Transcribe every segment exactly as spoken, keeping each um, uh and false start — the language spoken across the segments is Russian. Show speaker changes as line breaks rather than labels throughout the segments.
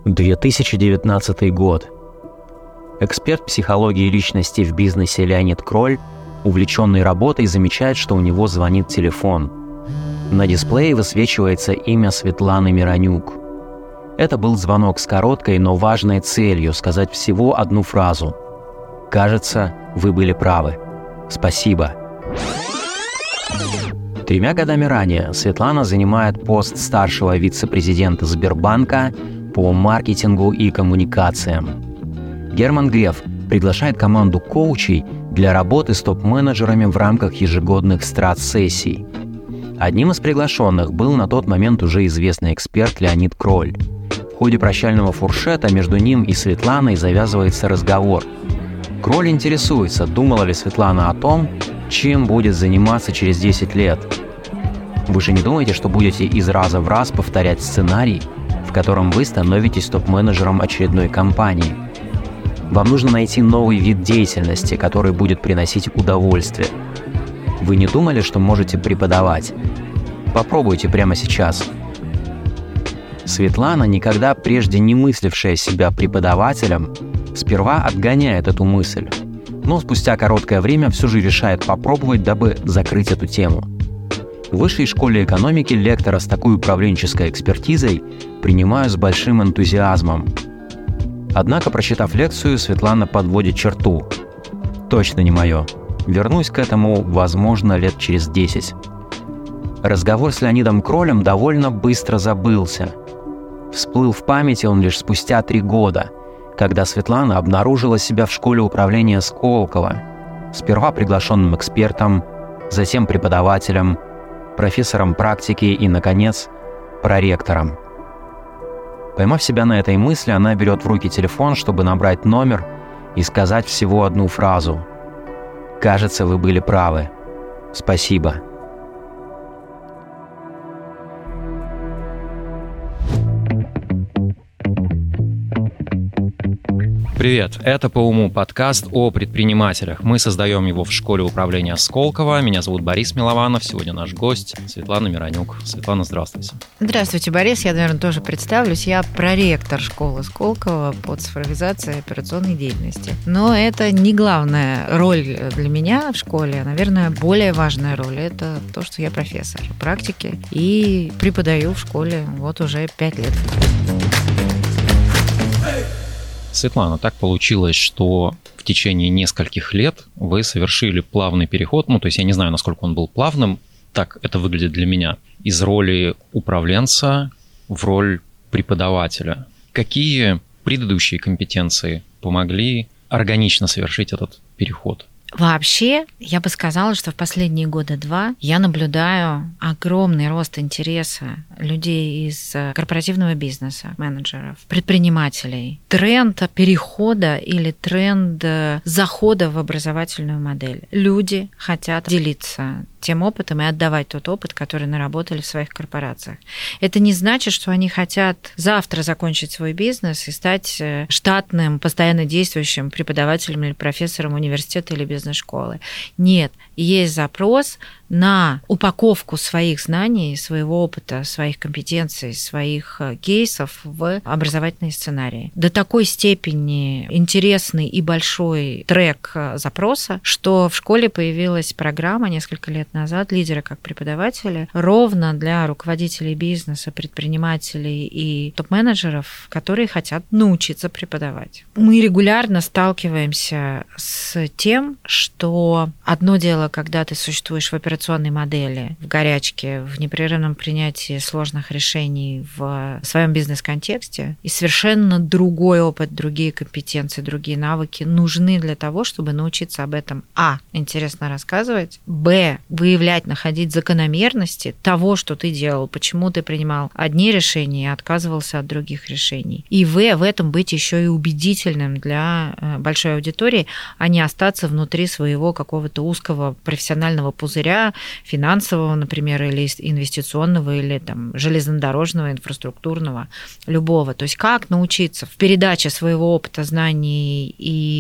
две тысячи девятнадцатый год. Эксперт психологии личности в бизнесе Леонид Кроль, увлеченный работой, замечает, что у него звонит телефон. На дисплее высвечивается имя Светланы Миронюк. Это был звонок с короткой, но важной целью сказать всего одну фразу. «Кажется, вы были правы. Спасибо». Тремя годами ранее Светлана занимает пост старшего вице-президента Сбербанка по маркетингу и коммуникациям. Герман Греф приглашает команду коучей для работы с топ-менеджерами в рамках ежегодных страт-сессий. Одним из приглашенных был на тот момент уже известный эксперт Леонид Кроль. В ходе прощального фуршета между ним и Светланой завязывается разговор. Кроль интересуется, думала ли Светлана о том, чем будет заниматься через десять лет. Вы же не думаете, что будете из раза в раз повторять сценарий, в котором вы становитесь топ-менеджером очередной компании? Вам нужно найти новый вид деятельности, который будет приносить удовольствие. Вы не думали, что можете преподавать? Попробуйте прямо сейчас. Светлана, никогда прежде не мыслившая себя преподавателем, сперва отгоняет эту мысль, но спустя короткое время все же решает попробовать, дабы закрыть эту тему. В Высшей школе экономики лектора с такой управленческой экспертизой принимаю с большим энтузиазмом. Однако, прочитав лекцию, Светлана подводит черту. Точно не мое. Вернусь к этому, возможно, лет через десять. Разговор с Леонидом Кролем довольно быстро забылся. Всплыл в памяти он лишь спустя три года, когда Светлана обнаружила себя в школе управления Сколково, сперва приглашенным экспертом, затем преподавателем, профессором практики и, наконец, проректором. Поймав себя на этой мысли, она берет в руки телефон, чтобы набрать номер и сказать всего одну фразу. «Кажется, вы были правы. Спасибо».
Привет, это «По уму» подкаст о предпринимателях. Мы создаем его в школе управления Сколково. Меня зовут Борис Милованов. Сегодня наш гость Светлана Миронюк. Светлана, здравствуйте.
Здравствуйте, Борис. Я, наверное, тоже представлюсь. Я проректор школы Сколково по цифровизации и операционной деятельности. Но это не главная роль для меня в школе. Наверное, более важная роль – это то, что я профессор практики и преподаю в школе вот уже пять лет.
Светлана, так получилось, что в течение нескольких лет вы совершили плавный переход, ну, то есть я не знаю, насколько он был плавным, так это выглядит для меня, из роли управленца в роль преподавателя. Какие предыдущие компетенции помогли органично совершить этот переход?
Вообще, я бы сказала, что в последние года два я наблюдаю огромный рост интереса людей из корпоративного бизнеса, менеджеров, предпринимателей. Тренд перехода или тренд захода в образовательную модель. Люди хотят делиться тем опытом и отдавать тот опыт, который наработали в своих корпорациях. Это не значит, что они хотят завтра закончить свой бизнес и стать штатным, постоянно действующим преподавателем или профессором университета или бизнес-школы. Нет, есть запрос на упаковку своих знаний, своего опыта, своих компетенций, своих кейсов в образовательные сценарии. До такой степени интересный и большой трек запроса, что в школе появилась программа несколько лет назад «Лидеры как преподаватели» ровно для руководителей бизнеса, предпринимателей и топ-менеджеров, которые хотят научиться преподавать. Мы регулярно сталкиваемся с тем, что одно дело, когда ты существуешь в операционной модели, в горячке, в непрерывном принятии сложных решений в своем бизнес-контексте, и совершенно другой опыт, другие компетенции, другие навыки нужны для того, чтобы научиться об этом а. интересно рассказывать, б. выявлять, находить закономерности того, что ты делал, почему ты принимал одни решения и отказывался от других решений, и в. в этом быть еще и убедительным для большой аудитории, а не остаться внутри своего какого-то узкого профессионального пузыря, финансового, например, или инвестиционного, или там, железнодорожного, инфраструктурного, любого. То есть как научиться в передаче своего опыта, знаний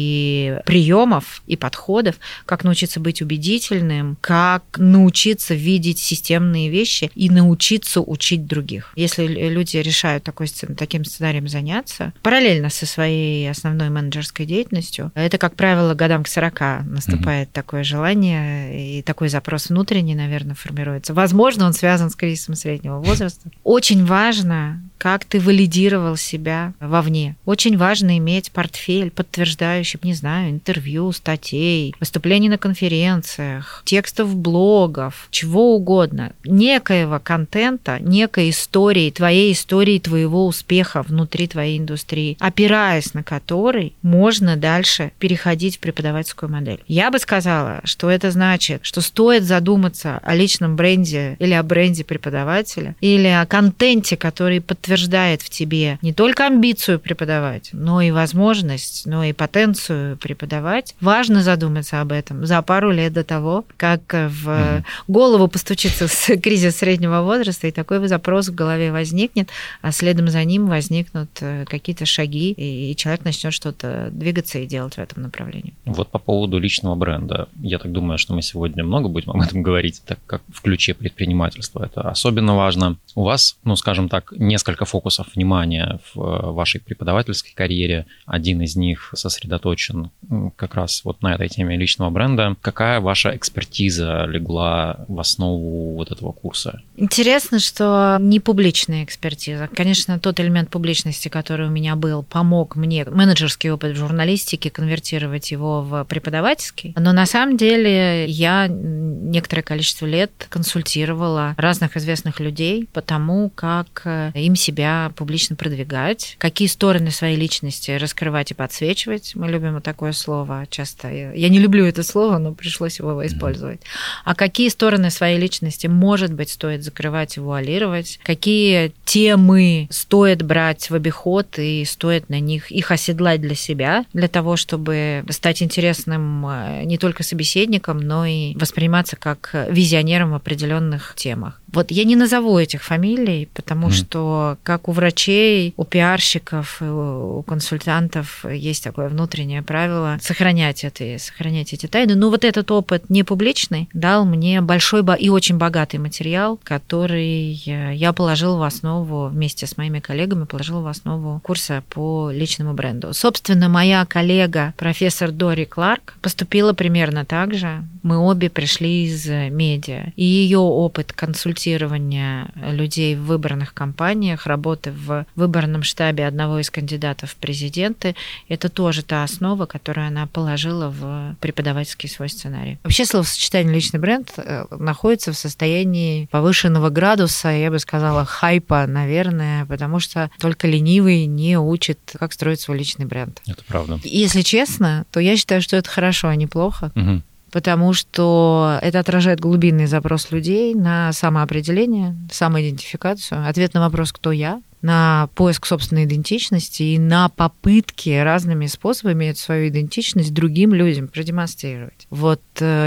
и приемов, и подходов, как научиться быть убедительным, как научиться видеть системные вещи и научиться учить других. Если люди решают такой, таким сценарием заняться, параллельно со своей основной менеджерской деятельностью, это, как правило, годам к сорока наступает mm-hmm. такое желание, и такой запрос внутренний, наверное, формируется. Возможно, он связан с кризисом среднего возраста. Очень важно, как ты валидировал себя вовне. Очень важно иметь портфель, подтверждающий, не знаю, интервью, статей, выступлений на конференциях, текстов блогов, чего угодно. Некоего контента, некой истории, твоей истории, твоего успеха внутри твоей индустрии, опираясь на который можно дальше переходить в преподавательскую модель. Я бы сказала, что это значит, что стоит задуматься о личном бренде или о бренде преподавателя, или о контенте, который подтверждает в тебе не только амбицию преподавать, но и возможность, но и потенцию преподавать. Важно задуматься об этом за пару лет до того, как в mm-hmm. голову постучится с кризис среднего возраста, и такой запрос в голове возникнет, а следом за ним возникнут какие-то шаги, и человек начнет что-то двигаться и делать в этом направлении.
Вот по поводу личного бренда. Я так думаю, что мы сегодня много будем об этом говорить, так как в ключе предпринимательства это особенно важно. У вас, ну, скажем так, несколько фокусов внимания в вашей преподавательской карьере. Один из них сосредоточен как раз вот на этой теме личного бренда. Какая ваша экспертиза легла в основу вот этого курса?
Интересно, что не публичная экспертиза. Конечно, тот элемент публичности, который у меня был, помог мне менеджерский опыт в журналистике конвертировать его в преподавательский. Но на самом деле я некоторое количество лет консультировала разных известных людей по тому, как им себя публично продвигать, какие стороны своей личности раскрывать и подсвечивать. Мы любим вот такое слово часто. Я не люблю это слово, но пришлось его использовать. А какие стороны своей личности, может быть, стоит закрывать и вуалировать, какие темы стоит брать в обиход и стоит на них их оседлать для себя, для того, чтобы стать интересным не только собеседником, но и восприниматься как визионером в определенных темах. Вот я не назову этих фамилий, потому mm. что как у врачей, у пиарщиков, у консультантов есть такое внутреннее правило сохранять это, сохранять эти тайны. Но вот этот опыт не публичный дал мне большой и очень богатый материал, который я положила в основу вместе с моими коллегами, положила в основу курса по личному бренду. Собственно, моя коллега, профессор Дори Кларк, поступила примерно так же. Мы обе пришли из медиа. И ее опыт консультирования людей в выбранных компаниях, работы в выборном штабе одного из кандидатов в президенты, это тоже та основа, которую она положила в преподавательский свой сценарий. Вообще словосочетание «личный бренд» находится в состоянии повышенного градуса, я бы сказала, хайпа, наверное, потому что только ленивый не учит, как строить свой личный бренд.
Это правда.
Если честно, то я считаю, что это хорошо, а не плохо.
Угу.
Потому что это отражает глубинный запрос людей на самоопределение, самоидентификацию, ответ на вопрос «кто я?», на поиск собственной идентичности и на попытки разными способами эту свою идентичность другим людям продемонстрировать. Вот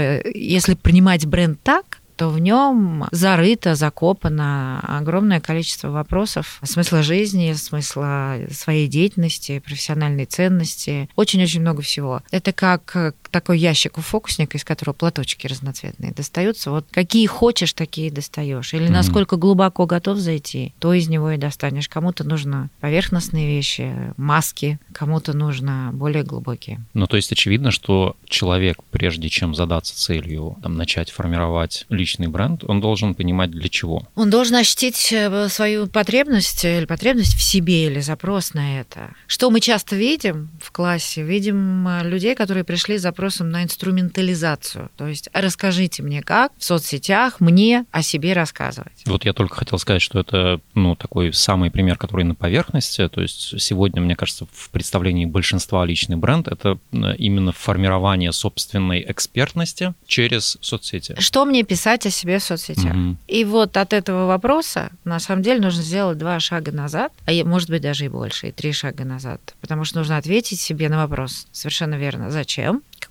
если принимать бренд так, то в нем зарыто, закопано огромное количество вопросов смысла жизни, смысла своей деятельности, профессиональной ценности. Очень-очень много всего. Это как такой ящик у фокусника, из которого платочки разноцветные достаются. Вот какие хочешь, такие достаешь. Или mm-hmm. насколько глубоко готов зайти, то из него и достанешь. Кому-то нужно поверхностные вещи, маски, кому-то нужно более глубокие.
Ну, то есть очевидно, что человек, прежде чем задаться целью там, начать формировать личный бренд, он должен понимать, для чего.
Он должен ощутить свою потребность или потребность в себе, или запрос на это. Что мы часто видим в классе? Видим людей, которые пришли с запросом на инструментализацию. То есть расскажите мне, как в соцсетях мне о себе рассказывать.
Вот я только хотел сказать, что это ну, такой самый пример, который на поверхности. То есть сегодня, мне кажется, в представлении большинства личный бренд — это именно формирование собственной экспертности через соцсети.
Что мне писать о себе в соцсетях? Mm-hmm. И вот от этого вопроса на самом деле нужно сделать два шага назад, а может быть даже и больше, и три шага назад. Потому что нужно ответить себе на вопрос совершенно верно. Зачем?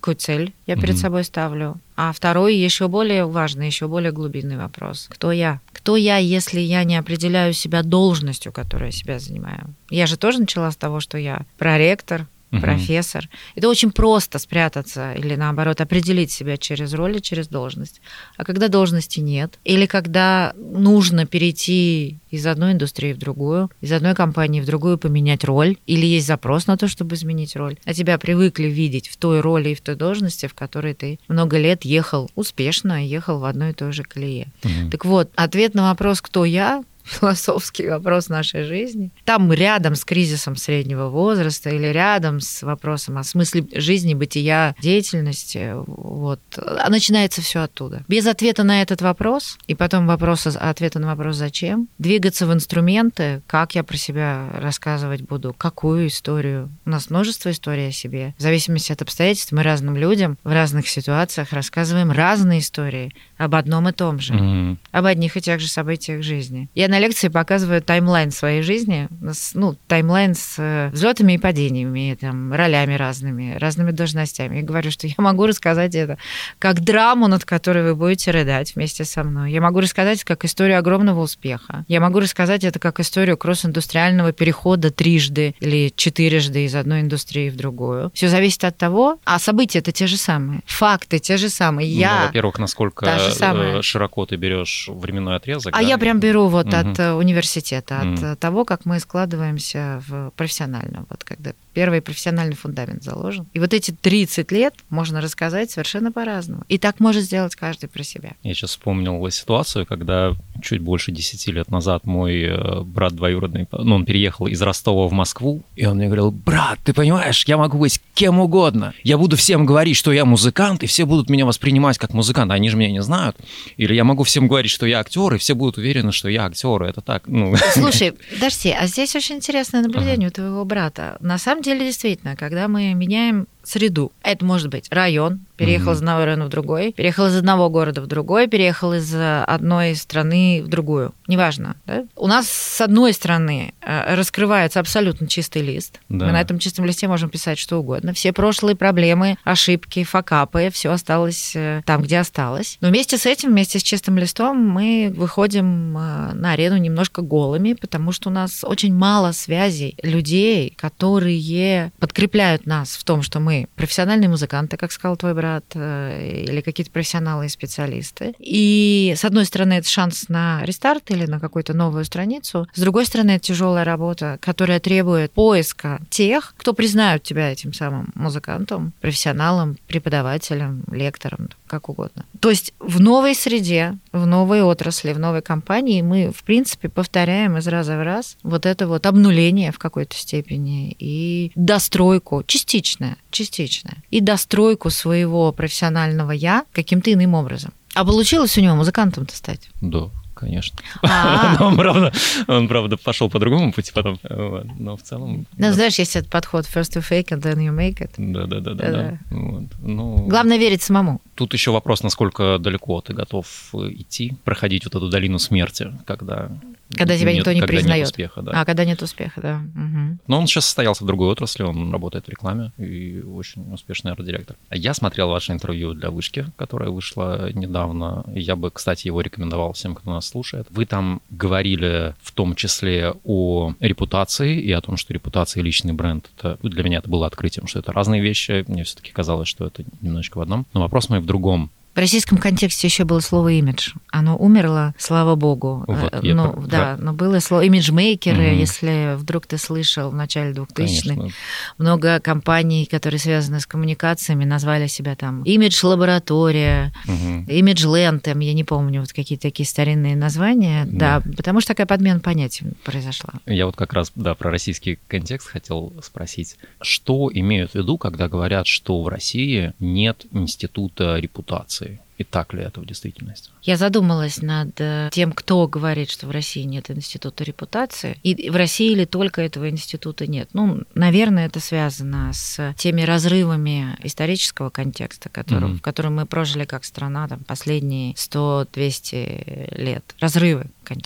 какую цель я перед mm-hmm. собой ставлю. А второй, еще более важный, еще более глубинный вопрос. Кто я? Кто я, если я не определяю себя должностью, которую я себя занимаю? Я же тоже начала с того, что я проректор, профессор. Uh-huh. Это очень просто спрятаться или, наоборот, определить себя через роль и через должность. А когда должности нет, или когда нужно перейти из одной индустрии в другую, из одной компании в другую поменять роль, или есть запрос на то, чтобы изменить роль, а тебя привыкли видеть в той роли и в той должности, в которой ты много лет ехал успешно, ехал в одной и той же колее. Uh-huh. Так вот, ответ на вопрос «Кто я?» философский вопрос нашей жизни. Там рядом с кризисом среднего возраста или рядом с вопросом о смысле жизни, бытия, деятельности, вот, а начинается все оттуда. Без ответа на этот вопрос, и потом вопрос, ответа на вопрос «Зачем?», двигаться в инструменты, как я про себя рассказывать буду, какую историю. У нас множество историй о себе. В зависимости от обстоятельств мы разным людям в разных ситуациях рассказываем разные истории об одном и том же, mm-hmm. об одних и тех же событиях жизни. Я на лекции показываю таймлайн своей жизни, ну, таймлайн с взлетами и падениями, там, ролями разными, разными должностями. И говорю, что я могу рассказать это как драму, над которой вы будете рыдать вместе со мной. Я могу рассказать это как историю огромного успеха. Я могу рассказать это как историю кросс-индустриального перехода трижды или четырежды из одной индустрии в другую. Все зависит от того, а события-то те же самые, факты те же самые. Я,
ну, во-первых, насколько широко ты берешь временной отрезок.
А
да?
я прям беру вот угу. от университета, от mm. того, как мы складываемся в профессионально, вот когда первый профессиональный фундамент заложен. И вот эти тридцать лет можно рассказать совершенно по-разному. И так может сделать каждый про себя.
Я сейчас вспомнил ситуацию, когда чуть больше десяти лет назад мой брат двоюродный, ну, он переехал из Ростова в Москву, и он мне говорил: брат, ты понимаешь, я могу быть кем угодно. Я буду всем говорить, что я музыкант, и все будут меня воспринимать как музыканта, они же меня не знают. Или я могу всем говорить, что я актер, и все будут уверены, что я актер. Это так, ну...
Слушай, подожди, а здесь очень интересное наблюдение ага. у твоего брата. На самом деле, действительно, когда мы меняем среду, это может быть район, переехал mm-hmm. из одного района в другой, переехал из одного города в другой, переехал из одной страны в другую. Неважно. Да? У нас с одной стороны раскрывается абсолютно чистый лист. Да. Мы на этом чистом листе можем писать что угодно. Все прошлые проблемы, ошибки, факапы, все осталось там, где осталось. Но вместе с этим, вместе с чистым листом мы выходим на арену немножко голыми, потому что у нас очень мало связей, людей, которые подкрепляют нас в том, что мы профессиональные музыканты, как сказал твой брат, или какие-то профессионалы и специалисты. И, с одной стороны, это шанс на рестарт или на какую-то новую страницу. С другой стороны, это тяжелая работа, которая требует поиска тех, кто признают тебя этим самым музыкантом, профессионалом, преподавателем, лектором, как угодно. То есть в новой среде, в новой отрасли, в новой компании мы, в принципе, повторяем из раза в раз вот это вот обнуление в какой-то степени и достройку, частичное, частичное, и достройку своего профессионального «я» каким-то иным образом. А получилось у него музыкантом-то стать?
Да. Конечно. он, правда, он, правда, пошел по другому пути потом, но в целом...
Ну, да. Знаешь, есть этот подход first you fake it, then you make it.
Да-да-да. да. Вот. Ну,
главное верить самому.
Тут еще вопрос, насколько далеко ты готов идти, проходить вот эту долину смерти, когда...
Когда тебя
нет,
никто не
когда
признает.
Нет успеха, да.
А, когда нет успеха, да. Угу.
Но он сейчас состоялся в другой отрасли, он работает в рекламе и очень успешный арт-директор. Я смотрел ваше интервью для Вышки, которое вышло недавно. Я бы, кстати, его рекомендовал всем, кто нас слушает. Вы там говорили в том числе о репутации и о том, что репутация и личный бренд, это, для меня это было открытием, что это разные вещи. Мне все-таки казалось, что это немножечко в одном. Но вопрос мой в другом.
В российском контексте еще было слово «имидж». Оно умерло, слава богу.
Вот,
ну,
про...
да, но было слово «имиджмейкеры», угу. если вдруг ты слышал в начале двухтысячных. Конечно. Много компаний, которые связаны с коммуникациями, назвали себя там «имидж-лаборатория», угу. «имидж-ленд», я не помню, вот какие-то такие старинные названия. Да. да, потому что такая подмена понятий произошла.
Я вот как раз, да, про российский контекст хотел спросить. Что имеют в виду, когда говорят, что в России нет института репутации? И так ли это в действительности?
Я задумалась над тем, кто говорит, что в России нет института репутации. И в России ли только этого института нет? Ну, наверное, это связано с теми разрывами исторического контекста, который, mm-hmm. в котором мы прожили как страна там, последние сто-двести лет. Разрывы контекста.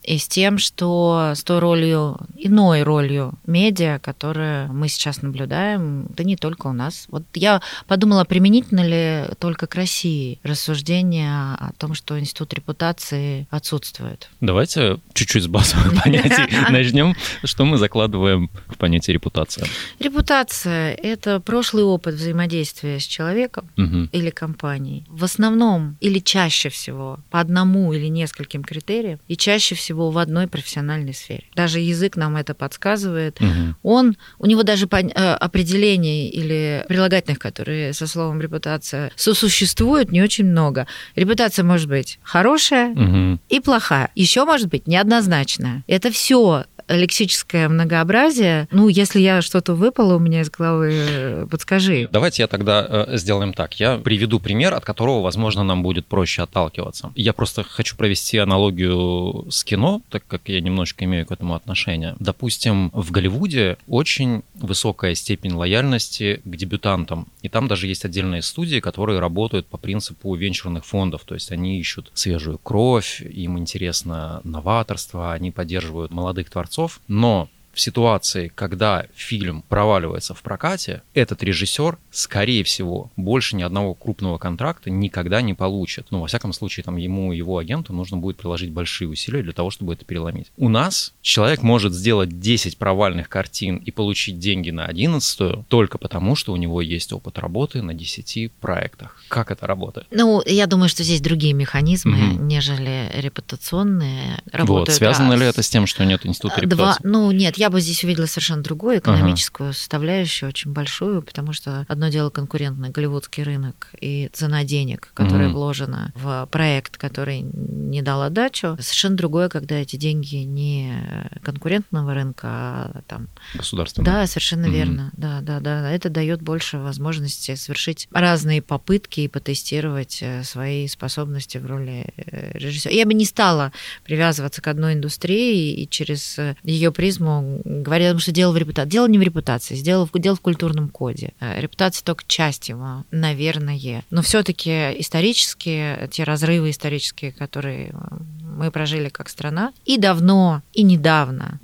и с тем, что с той ролью, иной ролью медиа, которую мы сейчас наблюдаем, да не только у нас. Вот я подумала, применительно ли только к России рассуждение о том, что институт репутации отсутствует.
Давайте чуть-чуть с базовых понятий начнем. Что мы закладываем в понятие репутация?
Репутация – это прошлый опыт взаимодействия с человеком угу. или компанией. В основном или чаще всего по одному или нескольким критериям, и чаще всего в одной профессиональной сфере. Даже язык нам это подсказывает. Угу. Он, у него даже определений или прилагательных, которые со словом репутация сосуществуют, не очень много. Репутация может быть хорошая угу. и плохая. Еще может быть неоднозначная. Это все лексическое многообразие. Ну, если я что-то выпало у меня из головы, подскажи.
Давайте я тогда сделаем так. Я приведу пример, от которого, возможно, нам будет проще отталкиваться. Я просто хочу провести аналогию с кино, так как я немножечко имею к этому отношение. Допустим, в Голливуде очень высокая степень лояльности к дебютантам. И там даже есть отдельные студии, которые работают по принципу венчурных фондов. То есть они ищут свежую кровь, им интересно новаторство, они поддерживают молодых творцов. Но в ситуации, когда фильм проваливается в прокате, этот режиссер, скорее всего, больше ни одного крупного контракта никогда не получит. Ну, во всяком случае, там ему и его агенту нужно будет приложить большие усилия для того, чтобы это переломить. У нас человек может сделать десять провальных картин и получить деньги на одиннадцатую только потому, что у него есть опыт работы на десяти проектах. Как это работает?
Ну, я думаю, что здесь другие механизмы, угу. нежели репутационные.
Вот, связано да, ли это с тем, что нет института репутации?
Два, ну, нет, я Я бы здесь увидела совершенно другую экономическую ага. составляющую, очень большую, потому что одно дело конкурентный голливудский рынок и цена денег, которая угу. вложена в проект, который не дал отдачу. Совершенно другое, когда эти деньги не конкурентного рынка, а там...
Государственного.
Да, совершенно угу. верно. Да, да, да. Это дает больше возможности совершить разные попытки и потестировать свои способности в роли режиссера. Я бы не стала привязываться к одной индустрии и через ее призму говорят, что дело в репутации. Дело не в репутации, дело в, дело в культурном коде. Репутация только часть его, наверное. Но все-таки исторические, те разрывы исторические, которые мы прожили как страна, и давно, и недавно,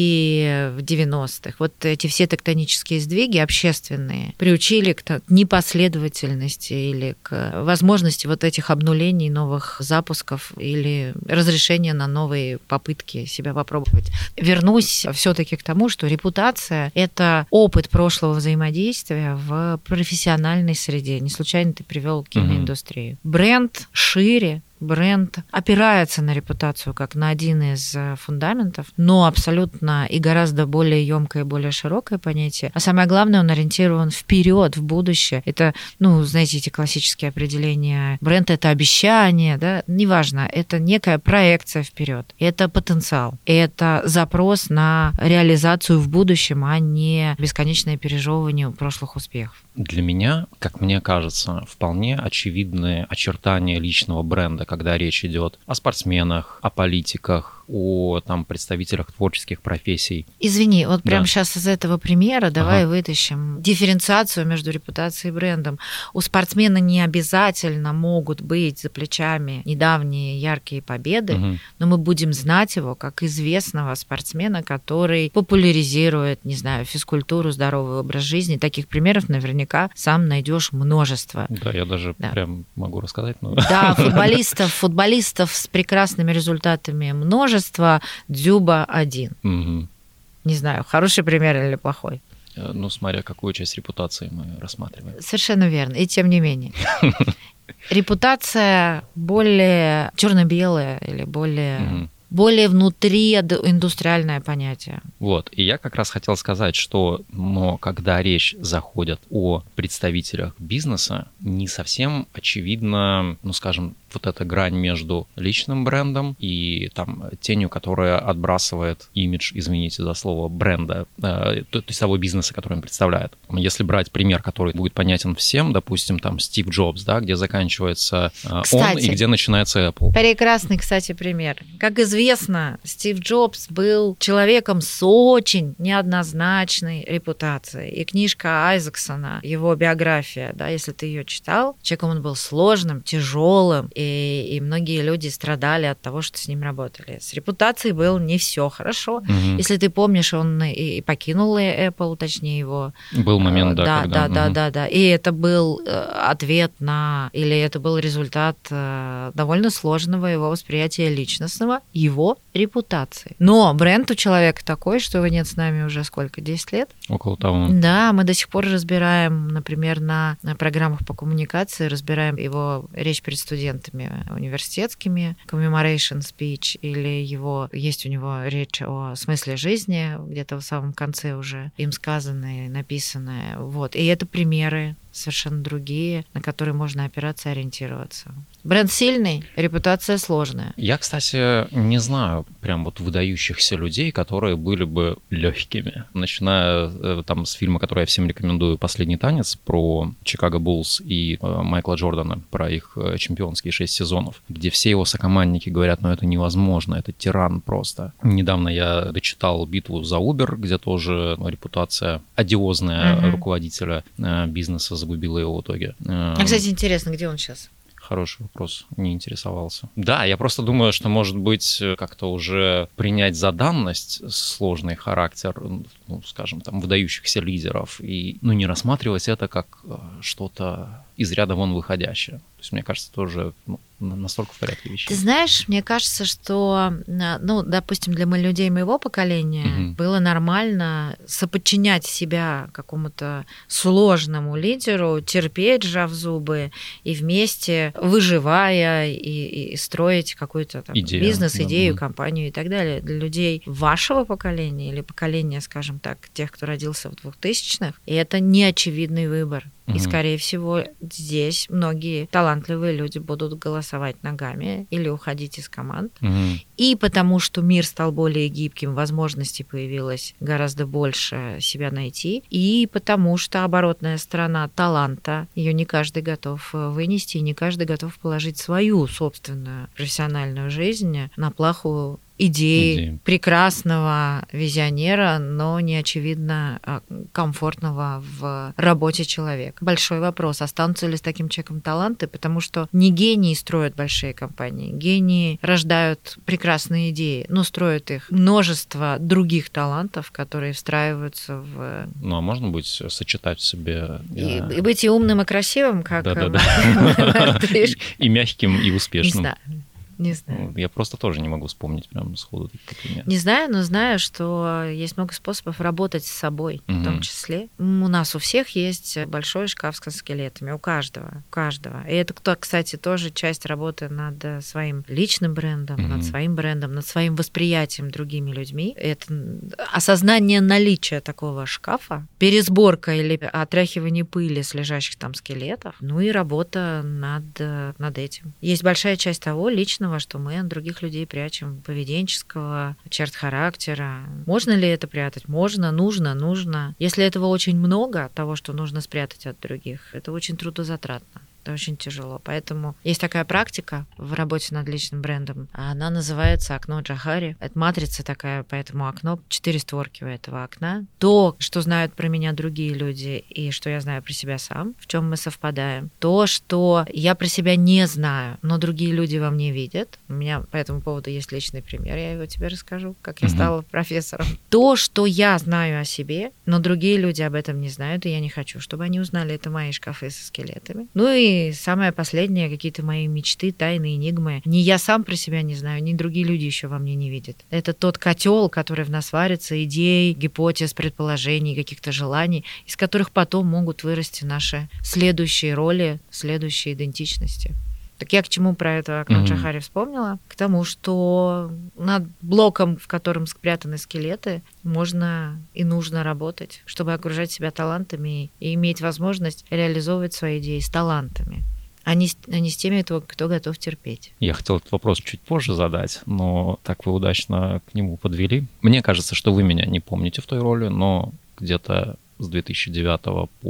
и в девяностых, вот эти все тектонические сдвиги общественные приучили к непоследовательности или к возможности вот этих обнулений, новых запусков или разрешения на новые попытки себя попробовать. Вернусь все-таки к тому, что репутация – это опыт прошлого взаимодействия в профессиональной среде. Не случайно ты привел киноиндустрию. Mm-hmm. Бренд шире, бренд опирается на репутацию как на один из фундаментов, но абсолютно и гораздо более емкое и более широкое понятие. А самое главное, он ориентирован вперед, в будущее. Это, ну, знаете, эти классические определения. Бренд – это обещание, да, неважно, это некая проекция вперед. Это потенциал. Это запрос на реализацию в будущем, а не бесконечное пережевывание прошлых успехов.
Для меня, как мне кажется, вполне очевидные очертания личного бренда, когда речь идет о спортсменах, о политиках, о там, представителях творческих профессий.
Извини, вот прямо да. сейчас из этого примера давай ага. вытащим дифференциацию между репутацией и брендом. У спортсмена не обязательно могут быть за плечами недавние яркие победы, угу. но мы будем знать его как известного спортсмена, который популяризирует, не знаю, физкультуру, здоровый образ жизни. Таких примеров наверняка сам найдешь множество.
Да, я даже да. прям могу рассказать. Но...
Да, футболистов, футболистов с прекрасными результатами множество. Дзюба один.
Угу.
Не знаю, хороший пример или плохой.
Ну, смотря какую часть репутации мы рассматриваем.
Совершенно верно. И тем не менее. Репутация более черно-белая или более... более внутри индустриальное понятие.
Вот, и я как раз хотел сказать, что, но когда речь заходит о представителях бизнеса, не совсем очевидно, ну, скажем, вот эта грань между личным брендом и там тенью, которая отбрасывает имидж, извините за слово, бренда, э, то, то есть того бизнеса, который он представляет. Если брать пример, который будет понятен всем, допустим, там Стив Джобс, да, где заканчивается э,
кстати,
он и где начинается Apple.
Прекрасный, кстати, пример. Как известно, Стив Джобс был человеком с очень неоднозначной репутацией. И книжка Айзексона, его биография, да, если ты ее читал, человеком он был сложным, тяжелым, и, и многие люди страдали от того, что с ним работали. С репутацией было не все хорошо. Угу. Если ты помнишь, он и, и покинул Apple, точнее его...
Был момент, да,
да,
когда...
Да, да, угу. да, да. И это был ответ на... Или это был результат довольно сложного его восприятия личностного, его репутации. Но бренд у человека такой, что его нет с нами уже сколько, десять лет?
Около того.
Да, мы до сих пор разбираем, например, на, на программах по коммуникации, разбираем его речь перед студентами университетскими, commemoration speech, или его, есть у него речь о смысле жизни, где-то в самом конце уже им сказанные, написанные. Вот. И это примеры совершенно другие, на которые можно опираться и ориентироваться. Бренд сильный, репутация сложная.
Я, кстати, не знаю прям вот выдающихся людей, которые были бы легкими. Начиная там с фильма, который я всем рекомендую, «Последний танец», про Чикаго Буллс и э, Майкла Джордана, про их чемпионские шесть сезонов, где все его сокомандники говорят, ну это невозможно, это тиран просто. Недавно я дочитал «Битву за Uber», где тоже репутация одиозная uh-huh. руководителя э, бизнеса загубила его в итоге.
А, кстати, интересно, где он сейчас?
Хороший вопрос, не интересовался. Да, я просто думаю, что, может быть, как-то уже принять за данность сложный характер, ну, скажем, там, выдающихся лидеров, и, ну, не рассматривать это как что-то из ряда вон выходящее. То есть, мне кажется, тоже ну, настолько в порядке вещей.
Ты знаешь, мне кажется, что, ну, допустим, для людей моего поколения угу. было нормально соподчинять себя какому-то сложному лидеру, терпеть, сжав зубы, и вместе, выживая, и, и строить какой-то там Идея, бизнес, да, идею, да. компанию и так далее. Для людей вашего поколения или поколения, скажем так, тех, кто родился в двухтысячных, и это неочевидный выбор. И, скорее всего, здесь многие талантливые люди будут голосовать ногами или уходить из команд. Угу. И потому что мир стал более гибким, возможностей появилось гораздо больше себя найти. И потому что оборотная сторона таланта, ее не каждый готов вынести, и не каждый готов положить свою собственную профессиональную жизнь на плаху идеи, идеи прекрасного визионера, но не очевидно комфортного в работе человека. Большой вопрос, останутся ли с таким человеком таланты, потому что не гении строят большие компании, гении рождают прекрасные идеи, но строят их множество других талантов, которые встраиваются в...
Ну, а можно быть, сочетать в себе...
И, и быть и умным, и красивым, как...
Да-да-да. И мягким, и успешным.
Не знаю. Не знаю.
Я просто тоже не могу вспомнить прям сходу такие примеры.
Не знаю, но знаю, что есть много способов работать с собой, угу. в том числе. У нас у всех есть большой шкаф с скелетами, у каждого, у каждого. И это, кстати, тоже часть работы над своим личным брендом, угу. над своим брендом, над своим восприятием другими людьми. Это осознание наличия такого шкафа, пересборка или отряхивание пыли с лежащих там скелетов, ну и работа над, над этим. Есть большая часть того личного, что мы от других людей прячем, поведенческого, черт характера. Можно ли это прятать? Можно, нужно, нужно. Если этого очень много, того, что нужно спрятать от других, это очень трудозатратно. Это очень тяжело. Поэтому есть такая практика в работе над личным брендом. Она называется «Окно Джохари». Это матрица такая, поэтому окно, четыре створки у этого окна. То, что знают про меня другие люди и что я знаю про себя сам, в чем мы совпадаем. То, что я про себя не знаю, но другие люди во мне видят. У меня по этому поводу есть личный пример, я его тебе расскажу, как я стала профессором. То, что я знаю о себе, но другие люди об этом не знают, и я не хочу, чтобы они узнали, это мои шкафы со скелетами. Ну и И самое последнее, какие-то мои мечты, тайны, энигмы. Ни я сам про себя не знаю, ни другие люди еще во мне не видят. Это тот котел, который в нас варится, идей, гипотез, предположений, каких-то желаний, из которых потом могут вырасти наши следующие роли, следующие идентичности. Так я к чему про это окно mm-hmm. Джохари вспомнила? К тому, что над блоком, в котором спрятаны скелеты, можно и нужно работать, чтобы окружать себя талантами и иметь возможность реализовывать свои идеи с талантами, а не, а не с теми, кто, кто готов терпеть.
Я хотел этот вопрос чуть позже задать, но так вы удачно к нему подвели. Мне кажется, что вы меня не помните в той роли, но где-то с две тысячи девятого по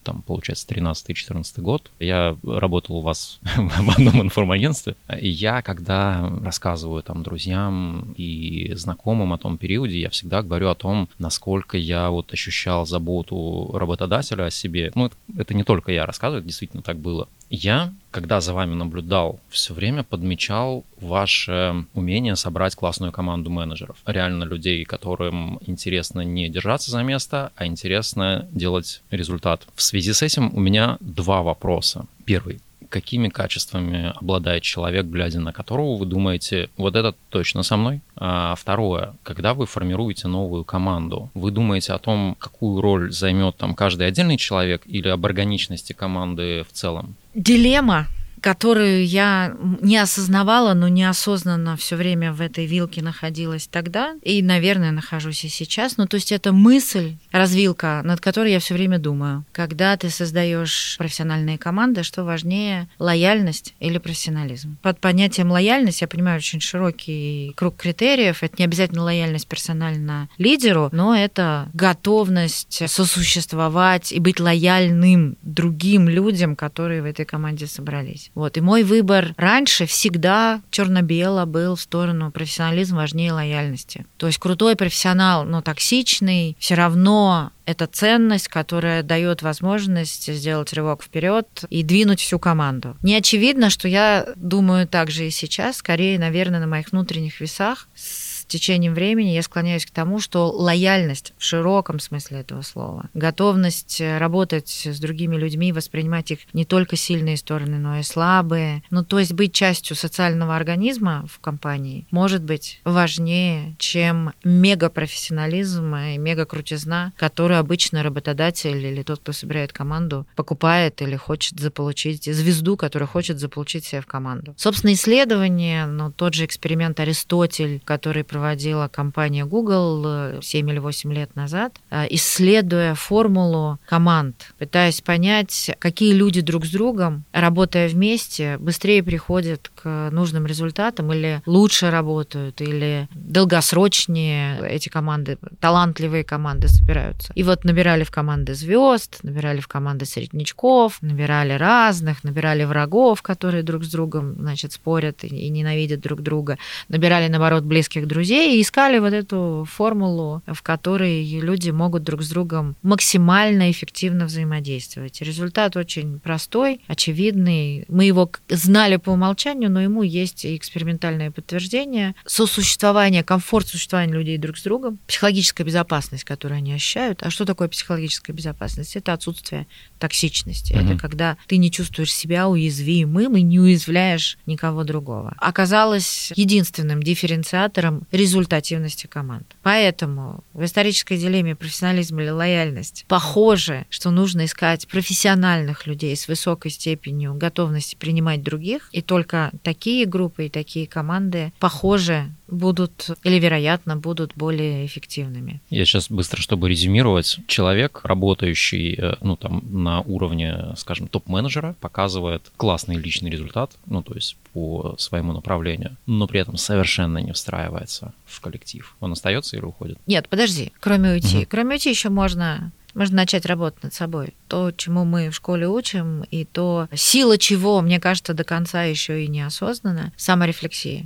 там, получается, тринадцатый-четырнадцатый год. Я работал у вас в одном информагентстве, и я, когда рассказываю там друзьям и знакомым о том периоде, я всегда говорю о том, насколько я вот ощущал заботу работодателя о себе. Ну, это, это не только я рассказываю, это действительно так было. Я, когда за вами наблюдал, все время подмечал ваше умение собрать классную команду менеджеров. Реально людей, которым интересно не держаться за место, а интересно делать результат. В связи с этим у меня два вопроса. Первый. Какими качествами обладает человек, глядя на которого вы думаете, вот это точно со мной? А второе, когда вы формируете новую команду, вы думаете о том, какую роль займет там каждый отдельный человек или об органичности команды в целом?
Дилемма, которую я не осознавала, но неосознанно все время в этой вилке находилась тогда, и, наверное, нахожусь и сейчас. Ну, то есть это мысль, развилка, над которой я все время думаю. Когда ты создаешь профессиональные команды, что важнее, лояльность или профессионализм? Под понятием лояльность я понимаю очень широкий круг критериев. Это не обязательно лояльность персонально лидеру, но это готовность сосуществовать и быть лояльным другим людям, которые в этой команде собрались. Вот. И мой выбор раньше всегда черно-бело был в сторону профессионализма важнее лояльности. То есть крутой профессионал, но токсичный, все равно это ценность, которая дает возможность сделать рывок вперед и двинуть всю команду. Не очевидно, что я думаю так же и сейчас, скорее, наверное, на моих внутренних весах. С течением времени я склоняюсь к тому, что лояльность в широком смысле этого слова, готовность работать с другими людьми, воспринимать их не только сильные стороны, но и слабые, ну то есть быть частью социального организма в компании может быть важнее, чем мегапрофессионализм и мегакрутизна, которую обычно работодатель или тот, кто собирает команду, покупает или хочет заполучить звезду, которая хочет заполучить себя в команду. Собственно, исследование, ну тот же эксперимент Аристотель, который проводила компания Google семь или восемь лет назад, исследуя формулу команд, пытаясь понять, какие люди друг с другом, работая вместе, быстрее приходят к нужным результатам или лучше работают, или долгосрочнее эти команды, талантливые команды собираются. И вот набирали в команды звезд, набирали в команды середнячков, набирали разных, набирали врагов, которые друг с другом, значит, спорят и ненавидят друг друга, набирали, наоборот, близких друзей, и искали вот эту формулу, в которой люди могут друг с другом максимально эффективно взаимодействовать. Результат очень простой, очевидный. Мы его знали по умолчанию, но ему есть и экспериментальное подтверждение. Сосуществование, комфорт существования людей друг с другом, психологическая безопасность, которую они ощущают. А что такое психологическая безопасность? Это отсутствие токсичности. Mm-hmm. Это когда ты не чувствуешь себя уязвимым и не уязвляешь никого другого. Оказалось единственным дифференциатором результативности команд. Поэтому в исторической дилемме профессионализм или лояльность похоже, что нужно искать профессиональных людей с высокой степенью готовности принимать других, и только такие группы и такие команды, похоже, будут или, вероятно, будут более эффективными.
Я сейчас быстро, чтобы резюмировать. Человек, работающий ну, там, на уровне, скажем, топ-менеджера, показывает классный личный результат, ну, то есть по своему направлению, но при этом совершенно не встраивается в коллектив. Он остается или уходит?
Нет, подожди. Кроме уйти.
Угу. Кроме
уйти еще можно... Можно начать работать над собой. То, чему мы в школе учим, и то, сила чего, мне кажется, до конца еще и не осознана, саморефлексия.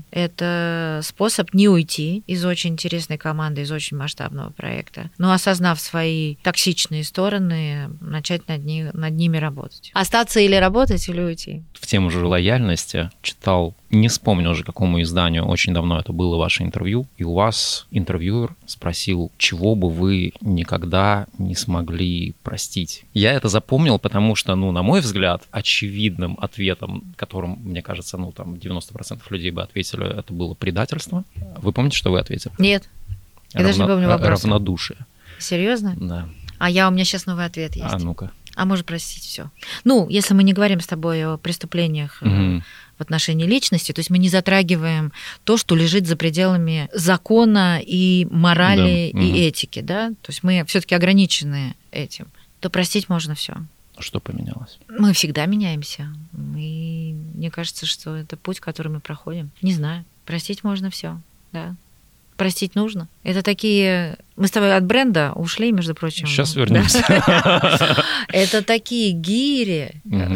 Это способ не уйти из очень интересной команды, из очень масштабного проекта, но осознав свои токсичные стороны, начать над, ни, над ними работать. Остаться или работать, или уйти.
В тему же лояльности читал, не вспомню уже, какому изданию, очень давно это было ваше интервью, и у вас интервьюер спросил, чего бы вы никогда не смогли простить. Я это запомнил, потому что, ну, на мой взгляд, очевидным ответом, которым, мне кажется, ну, там, девяносто процентов людей бы ответили, это было предательство. Вы помните, что вы ответили?
Нет. Я
Равно...
даже не помню вопрос.
Равнодушие.
Серьезно?
Да.
А я, у меня сейчас новый ответ есть.
А ну-ка.
А может простить все. Ну, если мы не говорим с тобой о преступлениях угу. в отношении личности, то есть мы не затрагиваем то, что лежит за пределами закона и морали, да. и угу. этики, да, то есть мы все-таки ограничены этим, то простить можно все.
Что поменялось?
Мы всегда меняемся. И мне кажется, что это путь, который мы проходим. Не знаю. Простить можно все, да. простить нужно. Это такие... Мы с тобой от бренда ушли, между прочим.
Сейчас вернемся.
Это такие гири,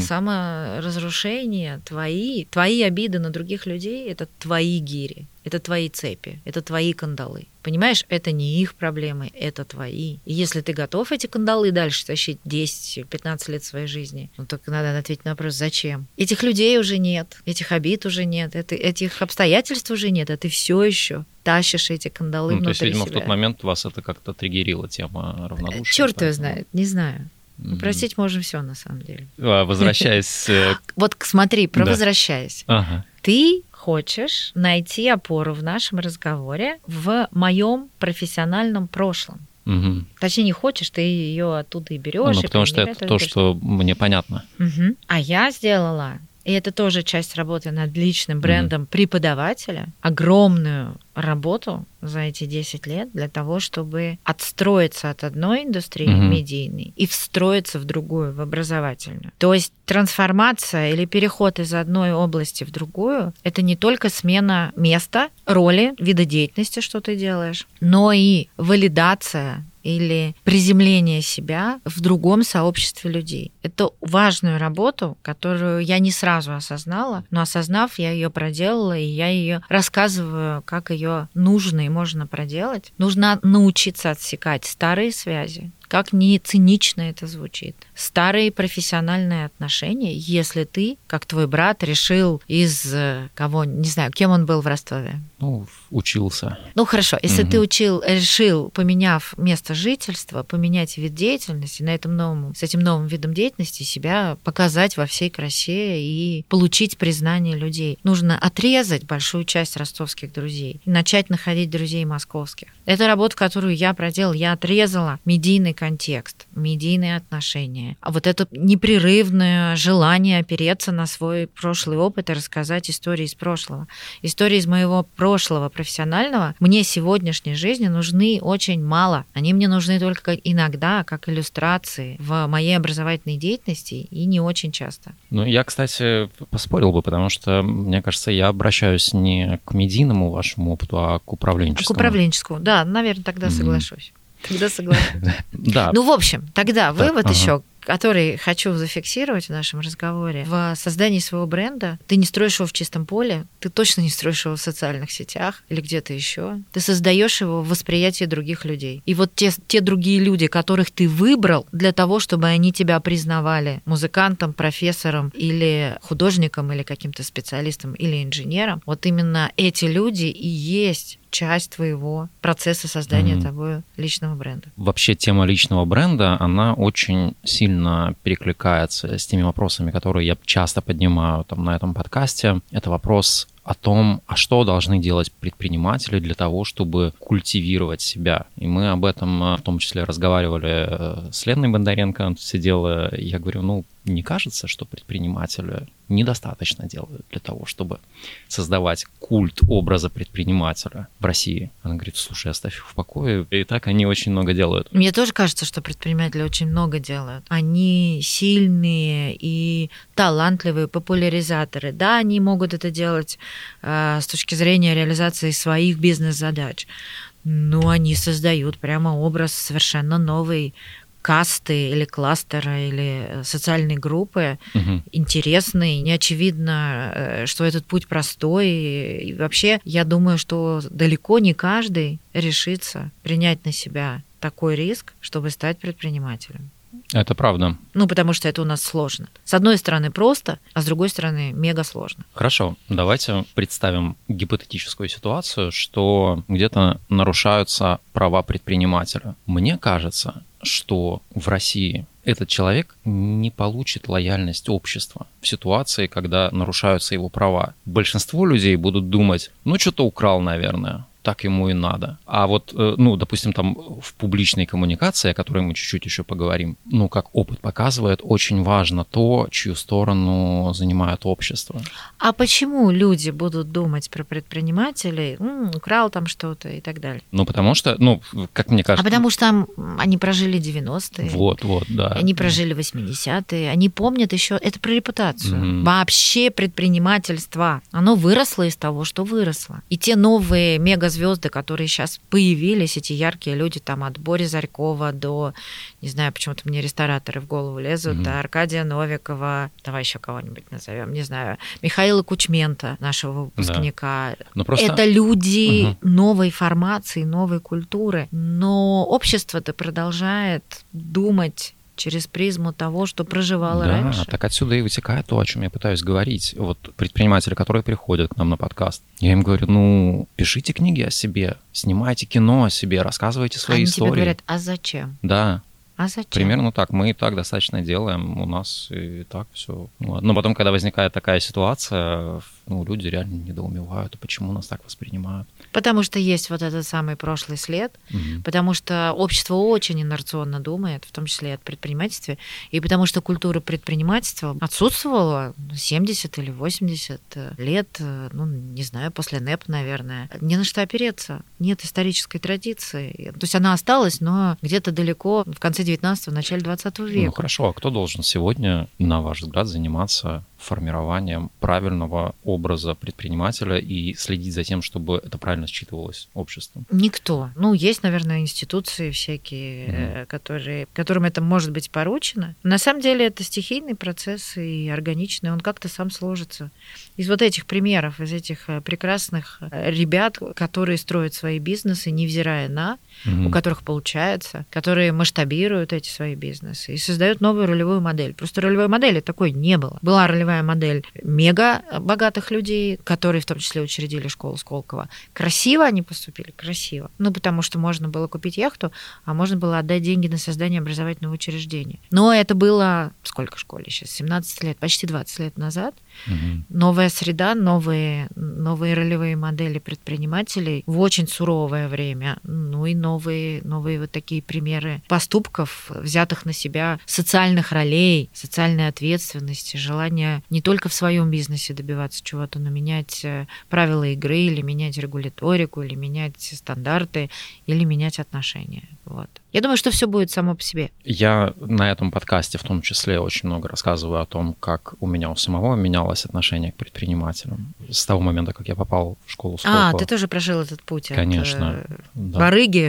саморазрушения твои, твои обиды на других людей, это твои гири, это твои цепи, это твои кандалы. Понимаешь, это не их проблемы, это твои. И если ты готов эти кандалы дальше тащить десять-пятнадцать лет своей жизни, ну только надо ответить на вопрос, зачем? Этих людей уже нет, этих обид уже нет, это, этих обстоятельств уже нет, а ты все еще тащишь эти кандалы
ну,
внутри себя.
То есть, видимо, себя. В тот момент вас это как-то триггерила тема равнодушия.
Черт его знает, не знаю. Mm-hmm. Простить можем все на самом деле.
Возвращаясь...
Вот смотри, про возвращаясь.
Ага.
Ты хочешь найти опору в нашем разговоре в моем профессиональном прошлом.
Угу.
Точнее, не хочешь, ты ее оттуда и берешь.
Ну, потому что это то, что мне понятно.
Угу. А я сделала, и это тоже часть работы над личным брендом угу. преподавателя, огромную работу за эти десять лет для того, чтобы отстроиться от одной индустрии mm-hmm. медийной и встроиться в другую, в образовательную. То есть трансформация или переход из одной области в другую – это не только смена места, роли, вида деятельности, что ты делаешь, но и валидация или приземление себя в другом сообществе людей. Это важную работу, которую я не сразу осознала, но осознав, я ее проделала, и я ее рассказываю, как ее нужно и можно проделать. Нужно научиться отсекать старые связи, как не цинично это звучит, старые профессиональные отношения, если ты, как твой брат, решил из кого, не знаю, кем он был в Ростове?
Ну, учился.
Ну, хорошо, если
угу.
ты учил, решил, поменяв место жительства, поменять вид деятельности, на этом новом, с этим новым видом деятельности себя показать во всей красе и получить признание людей. Нужно отрезать большую часть ростовских друзей и начать находить друзей московских. Это работа, которую я проделала, я отрезала медийный контекст, медийные отношения. А вот это непрерывное желание опереться на свой прошлый опыт и рассказать истории из прошлого. Истории из моего прошлого профессионального мне сегодняшней жизни нужны очень мало. Они мне нужны только как иногда, как иллюстрации в моей образовательной деятельности и не очень часто.
Ну, я, кстати, поспорил бы, потому что, мне кажется, я обращаюсь не к медийному вашему опыту, а к управленческому.
К управленческому, да, наверное, тогда соглашусь. Тогда согласен.
Да.
Ну, в общем, тогда вывод
ага.
еще, который хочу зафиксировать в нашем разговоре. В создании своего бренда ты не строишь его в чистом поле, ты точно не строишь его в социальных сетях или где-то еще. Ты создаешь его в восприятии других людей. И вот те, те другие люди, которых ты выбрал для того, чтобы они тебя признавали музыкантом, профессором или художником, или каким-то специалистом, или инженером, вот именно эти люди и есть часть твоего процесса создания mm-hmm. тобой личного бренда.
Вообще тема личного бренда, она очень сильно перекликается с теми вопросами, которые я часто поднимаю там, на этом подкасте. Это вопрос о том, а что должны делать предприниматели для того, чтобы культивировать себя. И мы об этом в том числе разговаривали с Леной Бондаренко, она сидела, и я говорю, ну, не кажется, что предприниматели недостаточно делают для того, чтобы создавать культ образа предпринимателя в России? Она говорит, слушай, оставь их в покое, и так они очень много делают.
Мне тоже кажется, что предприниматели очень много делают. Они сильные и талантливые популяризаторы. Да, они могут это делать э, с точки зрения реализации своих бизнес-задач, но они создают прямо образ совершенно новый касты или кластера или социальной группы, угу. интересный, не очевидно, что этот путь простой. И вообще, я думаю, что далеко не каждый решится принять на себя такой риск, чтобы стать предпринимателем.
Это правда.
Ну, потому что это у нас сложно. С одной стороны просто, а с другой стороны мега сложно.
Хорошо, давайте представим гипотетическую ситуацию, что где-то нарушаются права предпринимателя. Мне кажется, что в России этот человек не получит лояльность общества в ситуации, когда нарушаются его права. Большинство людей будут думать, ну, что-то украл, наверное, так ему и надо. А вот, ну, допустим, там в публичной коммуникации, о которой мы чуть-чуть еще поговорим, ну, как опыт показывает, очень важно то, чью сторону занимает общество.
А почему люди будут думать про предпринимателей, М, украл там что-то и так далее?
Ну, потому что, ну, как мне кажется...
А потому что там они прожили девяностые.
Вот, вот, да.
Они прожили восьмидесятые, они помнят еще, это про репутацию. Mm-hmm. Вообще предпринимательство, оно выросло из того, что выросло. И те новые мега суперзвезды, которые сейчас появились, эти яркие люди, там от Бори Зарькова до, не знаю, почему-то мне рестораторы в голову лезут, mm-hmm. до Аркадия Новикова, давай еще кого-нибудь назовем, не знаю, Михаила Кучмента, нашего выпускника. Да. Просто... Это люди угу. новой формации, новой культуры, но общество-то продолжает думать через призму того, что проживало
да,
раньше.
Да, так отсюда и вытекает то, о чем я пытаюсь говорить. Вот предприниматели, которые приходят к нам на подкаст, я им говорю, ну, пишите книги о себе, снимайте кино о себе, рассказывайте свои
Они
истории.
Они тебе говорят, а зачем?
Да.
А зачем?
Примерно так. Мы и так достаточно делаем. У нас и так все. Но потом, когда возникает такая ситуация, ну, люди реально недоумевают, а почему нас так воспринимают.
Потому что есть вот этот самый прошлый след, угу. потому что общество очень инерционно думает, в том числе и о предпринимательстве, и потому что культура предпринимательства отсутствовала семьдесят или восемьдесят лет, ну, не знаю, после НЭП, наверное. Не на что опереться. Нет исторической традиции. То есть она осталась, но где-то далеко в конце девятнадцатого, начале двадцатого века.
Ну, хорошо. А кто должен сегодня, на ваш взгляд, заниматься формированием правильного образа предпринимателя и следить за тем, чтобы это правильно считывалось обществом?
Никто. Ну, есть, наверное, институции всякие, mm. которые, которым это может быть поручено. На самом деле это стихийный процесс и органичный, он как-то сам сложится. Из вот этих примеров, из этих прекрасных ребят, которые строят свои бизнесы, невзирая на, mm. у которых получается, которые масштабируют эти свои бизнесы и создают новую ролевую модель. Просто ролевой модели такой не было. Была ролевая модель мега богатых людей, которые в том числе учредили школу Сколково. Красиво они поступили? Красиво. Ну, потому что можно было купить яхту, а можно было отдать деньги на создание образовательного учреждения. Но это было, сколько школе сейчас? семнадцать лет, почти двадцать лет назад. Угу. Новая среда, новые, новые ролевые модели предпринимателей в очень суровое время. Ну и новые, новые вот такие примеры поступков, взятых на себя социальных ролей, социальной ответственности, желания не только в своем бизнесе добиваться чего-то, но менять правила игры или менять регуляторику, или менять стандарты, или менять отношения. Вот. Я думаю, что все будет само по себе.
Я на этом подкасте в том числе очень много рассказываю о том, как у меня у самого менялось отношение к предпринимателям с того момента, как я попал в школу Сколково.
А, ты тоже прожил этот путь.
Конечно.
От да. барыги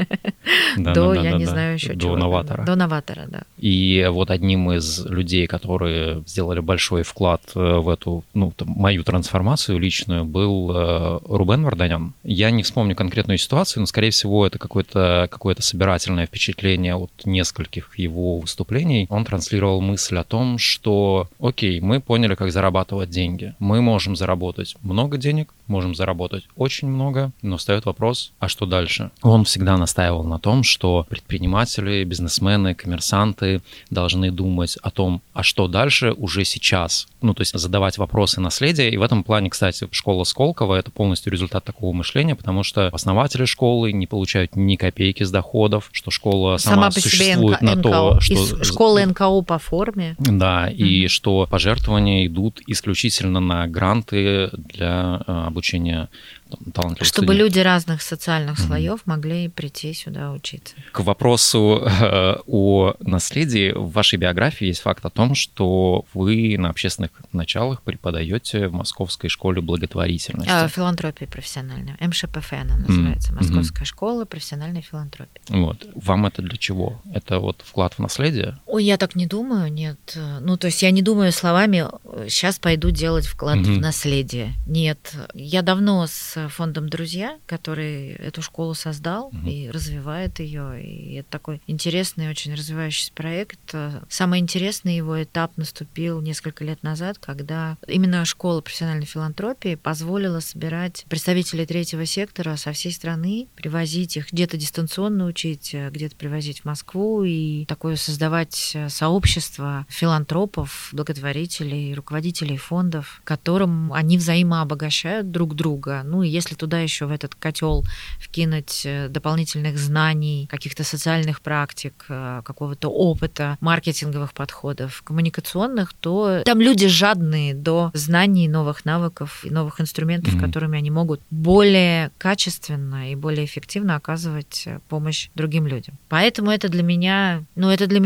да,
до,
да,
я
да,
не
да.
знаю еще
до
чего.
новатора.
До новатора, да.
И вот одним из людей, которые сделали большой вклад в эту, ну, там, мою трансформацию личную, был Рубен Варданян. Я не вспомню конкретную ситуацию, но, скорее всего, это какое-то, какое-то собирательное впечатление от нескольких его выступлений. Он транслировал мысль о том, что, окей, мы поняли, как зарабатывать деньги. Мы можем заработать много денег, можем заработать очень много, но встает вопрос, а что дальше? Он всегда настаивал на том, что предприниматели, бизнесмены, коммерсанты должны думать о том, а что дальше уже сейчас. Ну, то есть задавать вопросы наследия. И в этом плане, кстати, школа Сколково — это полностью результат такого мышления, потому что основатели школы не получают ни копейки с доходов, что школа сама, сама по существует себе эн ка о, на то, что...
Из школы эн ка о по форме.
Да, mm-hmm. и что пожертвования идут исключительно на гранты для обучения талантливых
Чтобы
студентов.
Люди разных социальных mm-hmm. слоев могли прийти сюда учиться.
К вопросу э, о наследии. В вашей биографии есть факт о том, что вы на общественных началах преподаете в Московской школе благотворительности.
А, филантропии профессиональной. эм ша пэ эф она называется. Mm-hmm. Московская школа профессиональной филантропии.
Вот. Вам это для чего? Это вот вклад в наследие?
Ой, я так не думаю, нет. Ну, то есть я не думаю словами, сейчас пойду делать вклад mm-hmm. в наследие. Нет. Я давно с фондом «Друзья», который эту школу создал mm-hmm. и развивает ее. И это такой интересный, очень развивающийся проект. Самый интересный его этап наступил несколько лет назад, когда именно школа профессиональной филантропии позволила собирать представителей третьего сектора со всей страны, привозить их где-то дистанционно учить, где-то привозить в Москву и такое создавать сообщество филантропов, благотворителей, руководителей фондов, которым они взаимообогащают друг друга. Ну и если туда еще в этот котел вкинуть дополнительных знаний, каких-то социальных практик, какого-то опыта, маркетинговых подходов, коммуникационных, то там люди жадные до знаний, новых навыков и новых инструментов, mm-hmm. которыми они могут более качественно и более эффективно оказывать помощь другим людям. Поэтому это для меня, ну, это для меня важно.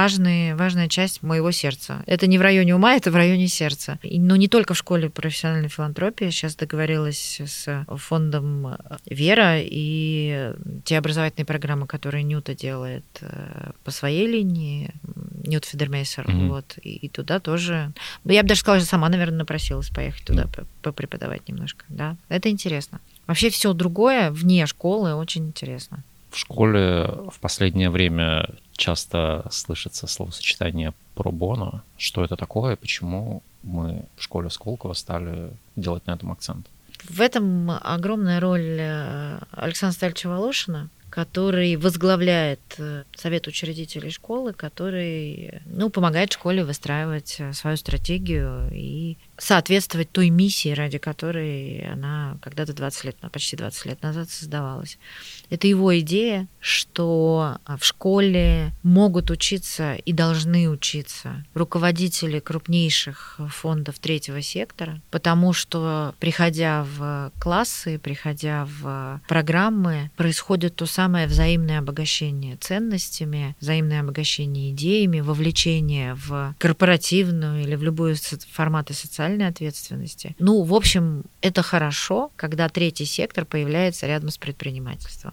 важный, важная часть моего сердца. Это не в районе ума, это в районе сердца. И, но не только в школе профессиональной филантропии. Сейчас договорилась с фондом «Вера», и те образовательные программы, которые Нюта делает по своей линии, Нют Федермейсер, mm-hmm. вот, и, и туда тоже... Я бы даже сказала, что сама, наверное, напросилась поехать туда, mm-hmm. попреподавать немножко, да. Это интересно. Вообще все другое вне школы очень интересно.
В школе в последнее время часто слышится словосочетание «пробоно». Что это такое? Почему мы в школе Сколково стали делать на этом акцент?
В этом огромная роль Александра Стальевича Волошина, который возглавляет совет учредителей школы, который, ну, помогает школе выстраивать свою стратегию и соответствовать той миссии, ради которой она когда-то двадцать лет, почти двадцать лет назад создавалась. Это его идея, что в школе могут учиться и должны учиться руководители крупнейших фондов третьего сектора, потому что, приходя в классы, приходя в программы, происходит то самое взаимное обогащение ценностями, взаимное обогащение идеями, вовлечение в корпоративную или в любую форматы социальной ответственности. Ну, в общем, это хорошо, когда третий сектор появляется рядом с предпринимательством.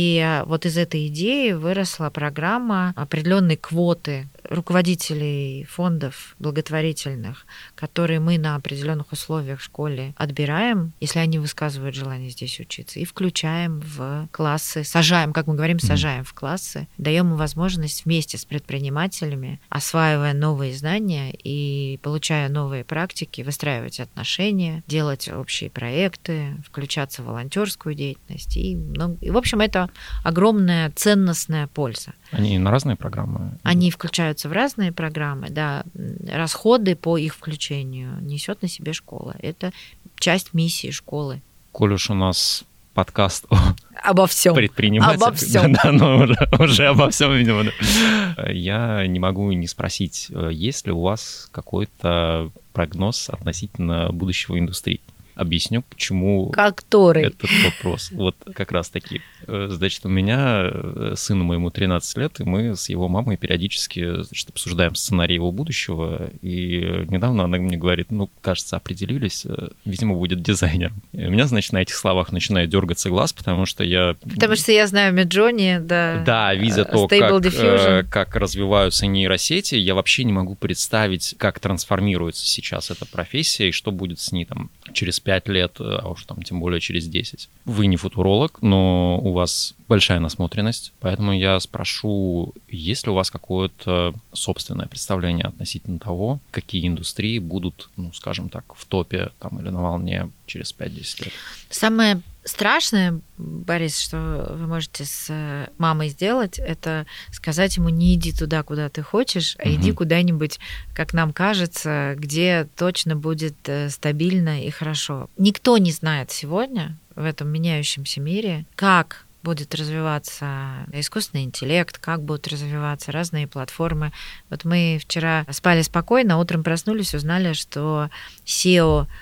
И вот из этой идеи выросла программа определенной квоты руководителей фондов благотворительных, которые мы на определенных условиях в школе отбираем, если они высказывают желание здесь учиться, и включаем в классы, сажаем, как мы говорим, сажаем в классы, даем им возможность вместе с предпринимателями, осваивая новые знания и получая новые практики, выстраивать отношения, делать общие проекты, включаться в волонтерскую деятельность. И, ну, и в общем, это огромная ценностная польза.
Они на разные программы?
Они включаются в разные программы, да. Расходы по их включению несет на себе школа. Это часть миссии школы.
Коль уж у нас подкаст о
обо всем.
предпринимателях.
Обо всем.
Да, ну, уже, уже обо всем, видимо. Да. Я не могу не спросить, есть ли у вас какой-то прогноз относительно будущего индустрии? Объясню, почему
Который?
этот вопрос. Вот как раз таки. Значит, у меня сыну моему тринадцать лет, и мы с его мамой периодически, значит, обсуждаем сценарий его будущего. И недавно она мне говорит, ну, кажется, определились, видимо, будет дизайнером. И у меня, значит, на этих словах начинает дергаться глаз, потому что я...
Потому что я знаю Midjourney, да.
Да, видя то, как, как развиваются нейросети, я вообще не могу представить, как трансформируется сейчас эта профессия, и что будет с ней там через пять лет, а уж там тем более через десять. Вы не футуролог, но у вас большая насмотренность, поэтому я спрошу, есть ли у вас какое-то собственное представление относительно того, какие индустрии будут, ну, скажем так, в топе там, или на волне через пять-десять лет?
Самое страшное, Борис, что вы можете с мамой сделать, это сказать ему: не иди туда, куда ты хочешь, а угу. иди куда-нибудь, как нам кажется, где точно будет стабильно и хорошо. Никто не знает сегодня в этом меняющемся мире, как будет развиваться искусственный интеллект, как будут развиваться разные платформы. Вот мы вчера спали спокойно, утром проснулись, узнали, что си и о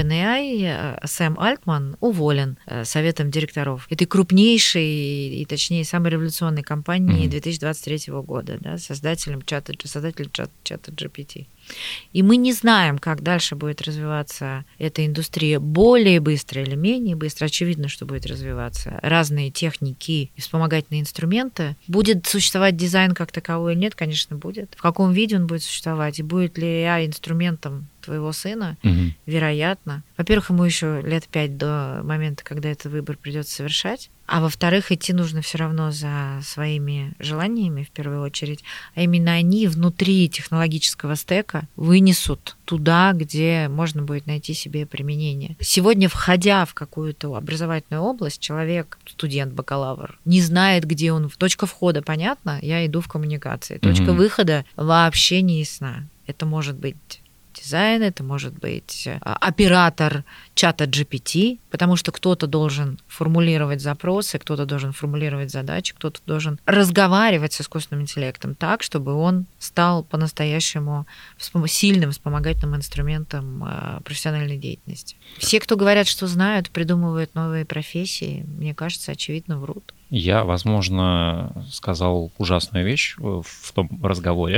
OpenAI Сэм Альтман уволен советом директоров этой крупнейшей и, точнее, самой революционной компании mm-hmm. две тысячи двадцать третьего года, да, создателем чата, создателем чата, чата джи пи ти. И мы не знаем, как дальше будет развиваться эта индустрия, более быстро или менее быстро. Очевидно, что будет развиваться разные техники и вспомогательные инструменты. Будет существовать дизайн как таковой? Нет, конечно, будет. В каком виде он будет существовать? И будет ли эй ай инструментом твоего сына? Угу. Вероятно. Во-первых, ему еще лет пять до момента, когда этот выбор придется совершать. А во-вторых, идти нужно все равно за своими желаниями в первую очередь. А именно они внутри технологического стека вынесут туда, где можно будет найти себе применение. Сегодня, входя в какую-то образовательную область, человек, студент, бакалавр, не знает, где он. Точка входа понятно, я иду в коммуникации. Точка mm-hmm. выхода вообще не ясна. Это может быть дизайн, это может быть оператор чата джи пи ти, потому что кто-то должен формулировать запросы, кто-то должен формулировать задачи, кто-то должен разговаривать с искусственным интеллектом так, чтобы он стал по-настоящему сильным вспомогательным инструментом профессиональной деятельности. Все, кто говорят, что знают, придумывают новые профессии, мне кажется, очевидно, врут.
Я, возможно, сказал ужасную вещь в том разговоре.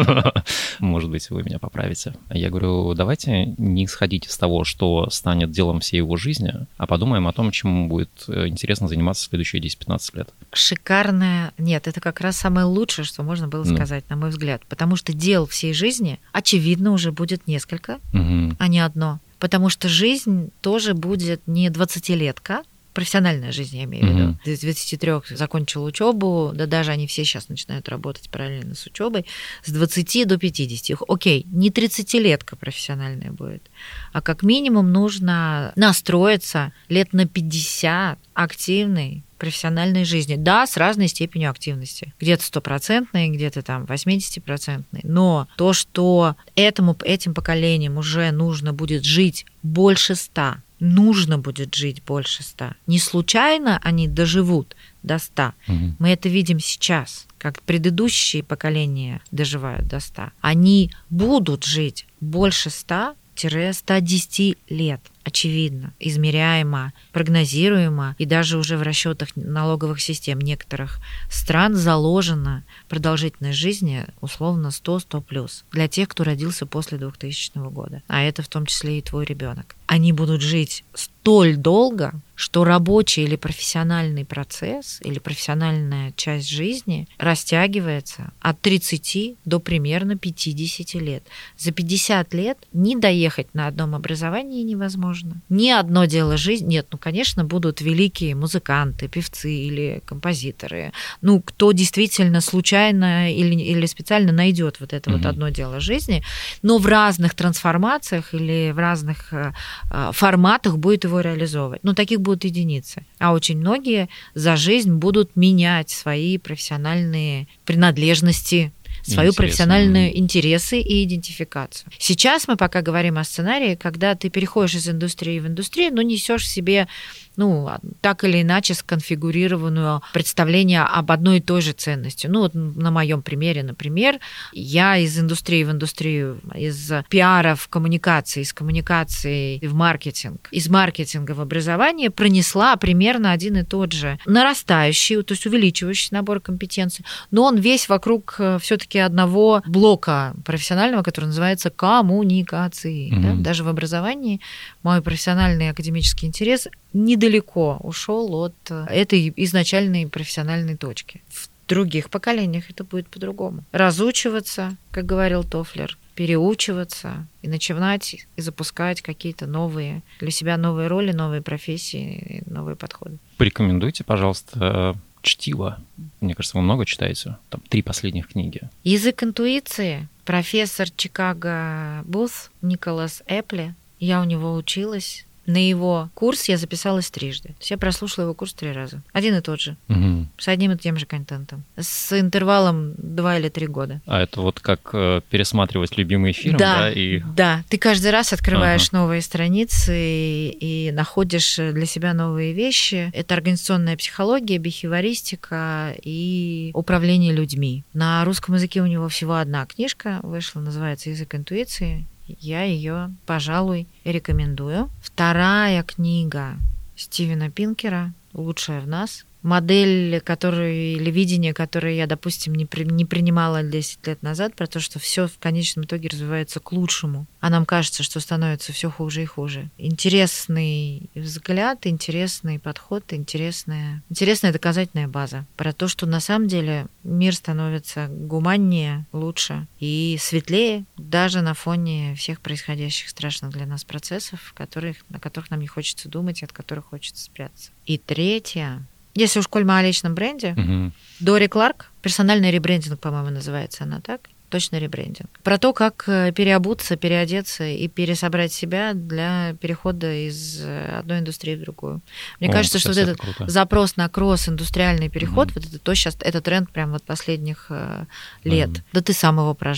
Может быть, вы меня поправите. Я говорю, давайте не исходить из того, что станет делом всей его жизни, а подумаем о том, чем ему будет интересно заниматься в следующие десять-пятнадцать лет.
Шикарная... Нет, это как раз самое лучшее, что можно было сказать, ну. на мой взгляд. Потому что дел всей жизни, очевидно, уже будет несколько, угу. а не одно. Потому что жизнь тоже будет не двадцатилетка, профессиональная жизнь, я имею в виду. С двадцати трёх закончил учебу, да даже они все сейчас начинают работать параллельно с учебой, с двадцати до пятидесяти. Окей, не тридцатилетка профессиональная будет, а как минимум нужно настроиться лет на пятьдесят активной профессиональной жизни. Да, с разной степенью активности. Где-то стопроцентной, где-то там восьмидесятипроцентной. Но то, что этому, этим поколением уже нужно будет жить больше ста, нужно будет жить больше ста. Не случайно они доживут до ста. Угу. Мы это видим сейчас, как предыдущие поколения доживают до ста. Они будут жить больше ста - ста десяти лет. Очевидно, измеряемо, прогнозируемо, и даже уже в расчетах налоговых систем некоторых стран заложена продолжительность жизни условно сто - сто плюс для тех, кто родился после двухтысячного года. А это в том числе и твой ребенок. Они будут жить столь долго, что рабочий или профессиональный процесс или профессиональная часть жизни растягивается от тридцати до примерно пятидесяти лет. За пятьдесят лет не доехать на одном образовании невозможно. Ни одно дело жизни. Нет, ну, конечно, будут великие музыканты, певцы или композиторы. Ну, кто действительно случайно или, или специально найдет вот это mm-hmm. вот одно дело жизни, но в разных трансформациях или в разных э, форматах будет его реализовывать. Ну, таких будут единицы. А очень многие за жизнь будут менять свои профессиональные принадлежности, свою профессиональную интересы и идентификацию. Сейчас мы пока говорим о сценарии, когда ты переходишь из индустрии в индустрию, но несешь в себе, ну, так или иначе сконфигурированную представление об одной и той же ценности. Ну, вот на моем примере, например, я из индустрии в индустрию, из пиара в коммуникации, из коммуникации в маркетинг, из маркетинга в образование пронесла примерно один и тот же нарастающий, то есть увеличивающий набор компетенций, но он весь вокруг все-таки одного блока профессионального, который называется коммуникации. Mm-hmm. Да? Даже в образовании мой профессиональный академический интерес недалеко ушел от этой изначальной профессиональной точки. В других поколениях это будет по-другому. Разучиваться, как говорил Тофлер, переучиваться и начинать и запускать какие-то новые для себя новые роли, новые профессии, новые подходы.
Порекомендуйте, пожалуйста, чтиво. Мне кажется, вы много читаете. Там три последних книги.
«Язык интуиции», профессор Чикаго Бус Николас Эпли. Я у него училась. На его курс я записалась трижды. То есть я прослушала его курс три раза. Один и тот же. Угу. С одним и тем же контентом. С интервалом два или три года.
А это вот как э, пересматривать любимые фильмы,
да,
да? И...
Да, ты каждый раз открываешь ага. новые страницы и, и находишь для себя новые вещи. Это организационная психология, бихевиористика и управление людьми. На русском языке у него всего одна книжка вышла, называется «Язык интуиции». Я ее, пожалуй, рекомендую. Вторая книга Стивена Пинкера «Лучшее в нас». Модель, которую, или видение, которое я, допустим, не, при, не принимала десять лет назад, про то, что все в конечном итоге развивается к лучшему. А нам кажется, что становится все хуже и хуже. Интересный взгляд, интересный подход, интересная, интересная доказательная база про то, что на самом деле мир становится гуманнее, лучше и светлее, даже на фоне всех происходящих страшных для нас процессов, которых, на которых нам не хочется думать и от которых хочется спрятаться. И третья. Если уж коль мы о личном бренде, угу. Дори Кларк, персональный ребрендинг, по-моему, называется она так, точно ребрендинг. Про то, как переобуться, переодеться и пересобрать себя для перехода из одной индустрии в другую. Мне О, кажется, что вот этот круто. Запрос на кросс-индустриальный переход, угу. вот это то сейчас, это тренд прям вот последних лет. Угу. Да ты сам его прожил.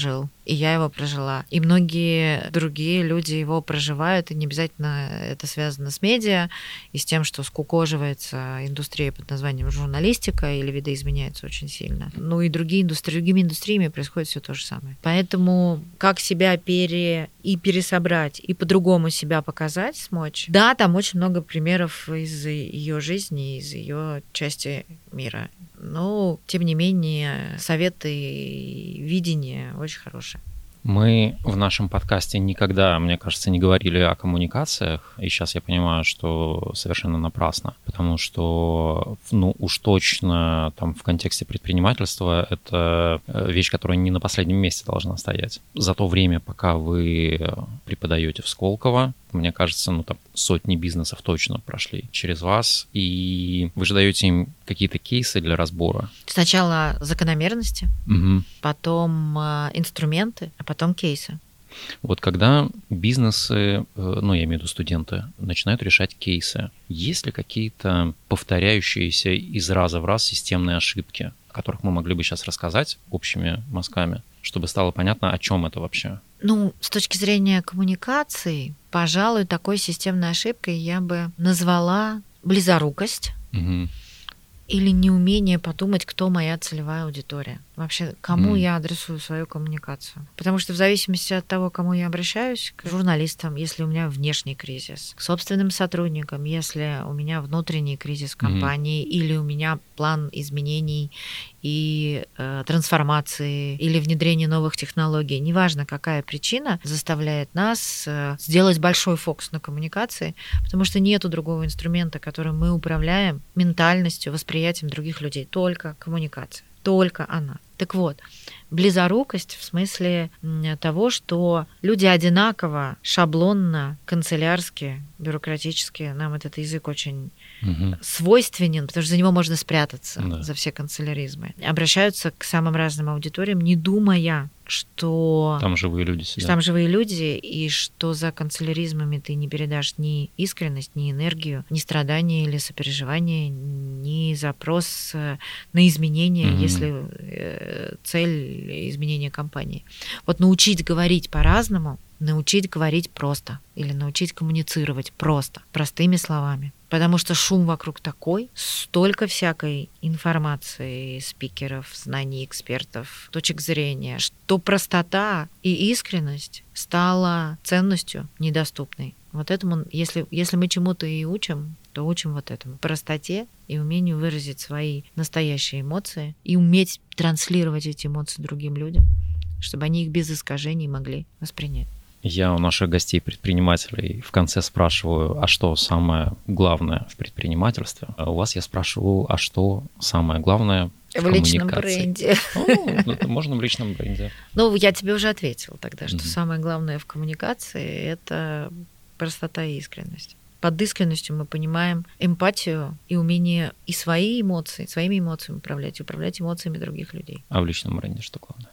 и я его прожила. И многие другие люди его проживают, и не обязательно это связано с медиа и с тем, что скукоживается индустрия под названием журналистика или видоизменяется очень сильно. Ну и другие индустрии, другими индустриями происходит все то же самое. Поэтому как себя пере и пересобрать, и по-другому себя показать, смочь. Да, там очень много примеров из ее жизни, из ее части мира. Но, тем не менее, советы и видение очень хорошие.
Мы в нашем подкасте никогда, мне кажется, не говорили о коммуникациях, и сейчас я понимаю, что совершенно напрасно, потому что, ну, уж точно там в контексте предпринимательства это вещь, которая не на последнем месте должна стоять. За то время, пока вы преподаете в Сколково, мне кажется, ну там сотни бизнесов точно прошли через вас, и вы же даете им какие-то кейсы для разбора.
Сначала закономерности,
угу.
потом инструменты, а потом кейсы.
Вот когда бизнесы, ну я имею в виду студенты, начинают решать кейсы, есть ли какие-то повторяющиеся из раза в раз системные ошибки, о которых мы могли бы сейчас рассказать общими мазками, чтобы стало понятно, о чем это вообще?
Ну, с точки зрения коммуникации, пожалуй, такой системной ошибкой я бы назвала близорукость
угу.
или неумение подумать, кто моя целевая аудитория. Вообще, кому
Mm.
я адресую свою коммуникацию. Потому что в зависимости от того, к кому я обращаюсь, к журналистам, если у меня внешний кризис, к собственным сотрудникам, если у меня внутренний кризис компании, mm. или у меня план изменений и э, трансформации, или внедрения новых технологий, неважно, какая причина заставляет нас э, сделать большой фокус на коммуникации, потому что нету другого инструмента, которым мы управляем ментальностью, восприятием других людей, только коммуникация. Только она. Так вот, близорукость в смысле того, что люди одинаково, шаблонно, канцелярски, бюрократически, нам этот язык очень
угу.
свойственен, потому что за него можно спрятаться,
да.
за все канцеляризмы. Обращаются к самым разным аудиториям, не думая, что
там живые люди сидят.
Что там живые люди, и что за канцеляризмами ты не передашь ни искренность, ни энергию, ни страдания или сопереживание, ни запрос на изменения, mm-hmm. если цель изменения компании. Вот научить говорить по-разному, научить говорить просто или научить коммуницировать просто, простыми словами. Потому что шум вокруг такой, столько всякой информации, спикеров, знаний, экспертов, точек зрения, что простота и искренность стала ценностью недоступной. Вот этому, если, если мы чему-то и учим, то учим вот этому. Простоте и умению выразить свои настоящие эмоции и уметь транслировать эти эмоции другим людям, чтобы они их без искажений могли воспринять.
Я у наших гостей-предпринимателей в конце спрашиваю, а что самое главное в предпринимательстве? А у вас я спрашиваю, а что самое главное в,
в личном бренде?
О, можно в личном бренде.
Ну, я тебе уже ответила тогда, что
Mm-hmm.
самое главное в коммуникации – это простота и искренность. Под искренностью мы понимаем эмпатию и умение и свои эмоции, своими эмоциями управлять, и управлять эмоциями других людей.
А в личном бренде что главное?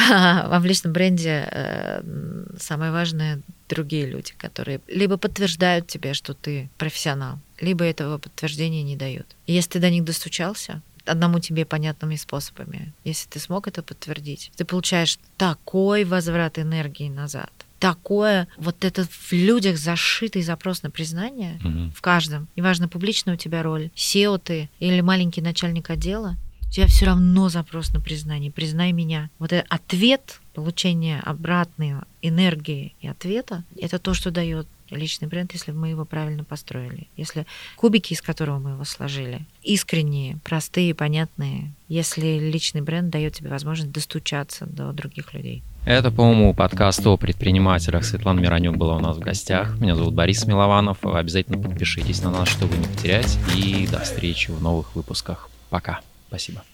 А в личном бренде э, самое важное — другие люди, которые либо подтверждают тебе, что ты профессионал, либо этого подтверждения не дают. И если ты до них достучался одному тебе понятными способами, если ты смог это подтвердить, ты получаешь такой возврат энергии назад, такое вот этот в людях зашитый запрос на признание
Mm-hmm.
в каждом, неважно, публичная у тебя роль, сео ты или маленький начальник отдела, у тебя все равно запрос на признание. Признай меня. Вот этот ответ, получение обратной энергии и ответа, это то, что дает личный бренд, если мы его правильно построили. Если кубики, из которого мы его сложили, искренние, простые, понятные, если личный бренд дает тебе возможность достучаться до других людей.
Это, по-моему, подкаст о предпринимателях. Светлана Миронюк была у нас в гостях. Меня зовут Борис Милованов. Обязательно подпишитесь на нас, чтобы не потерять. И до встречи в новых выпусках. Пока. Спасибо.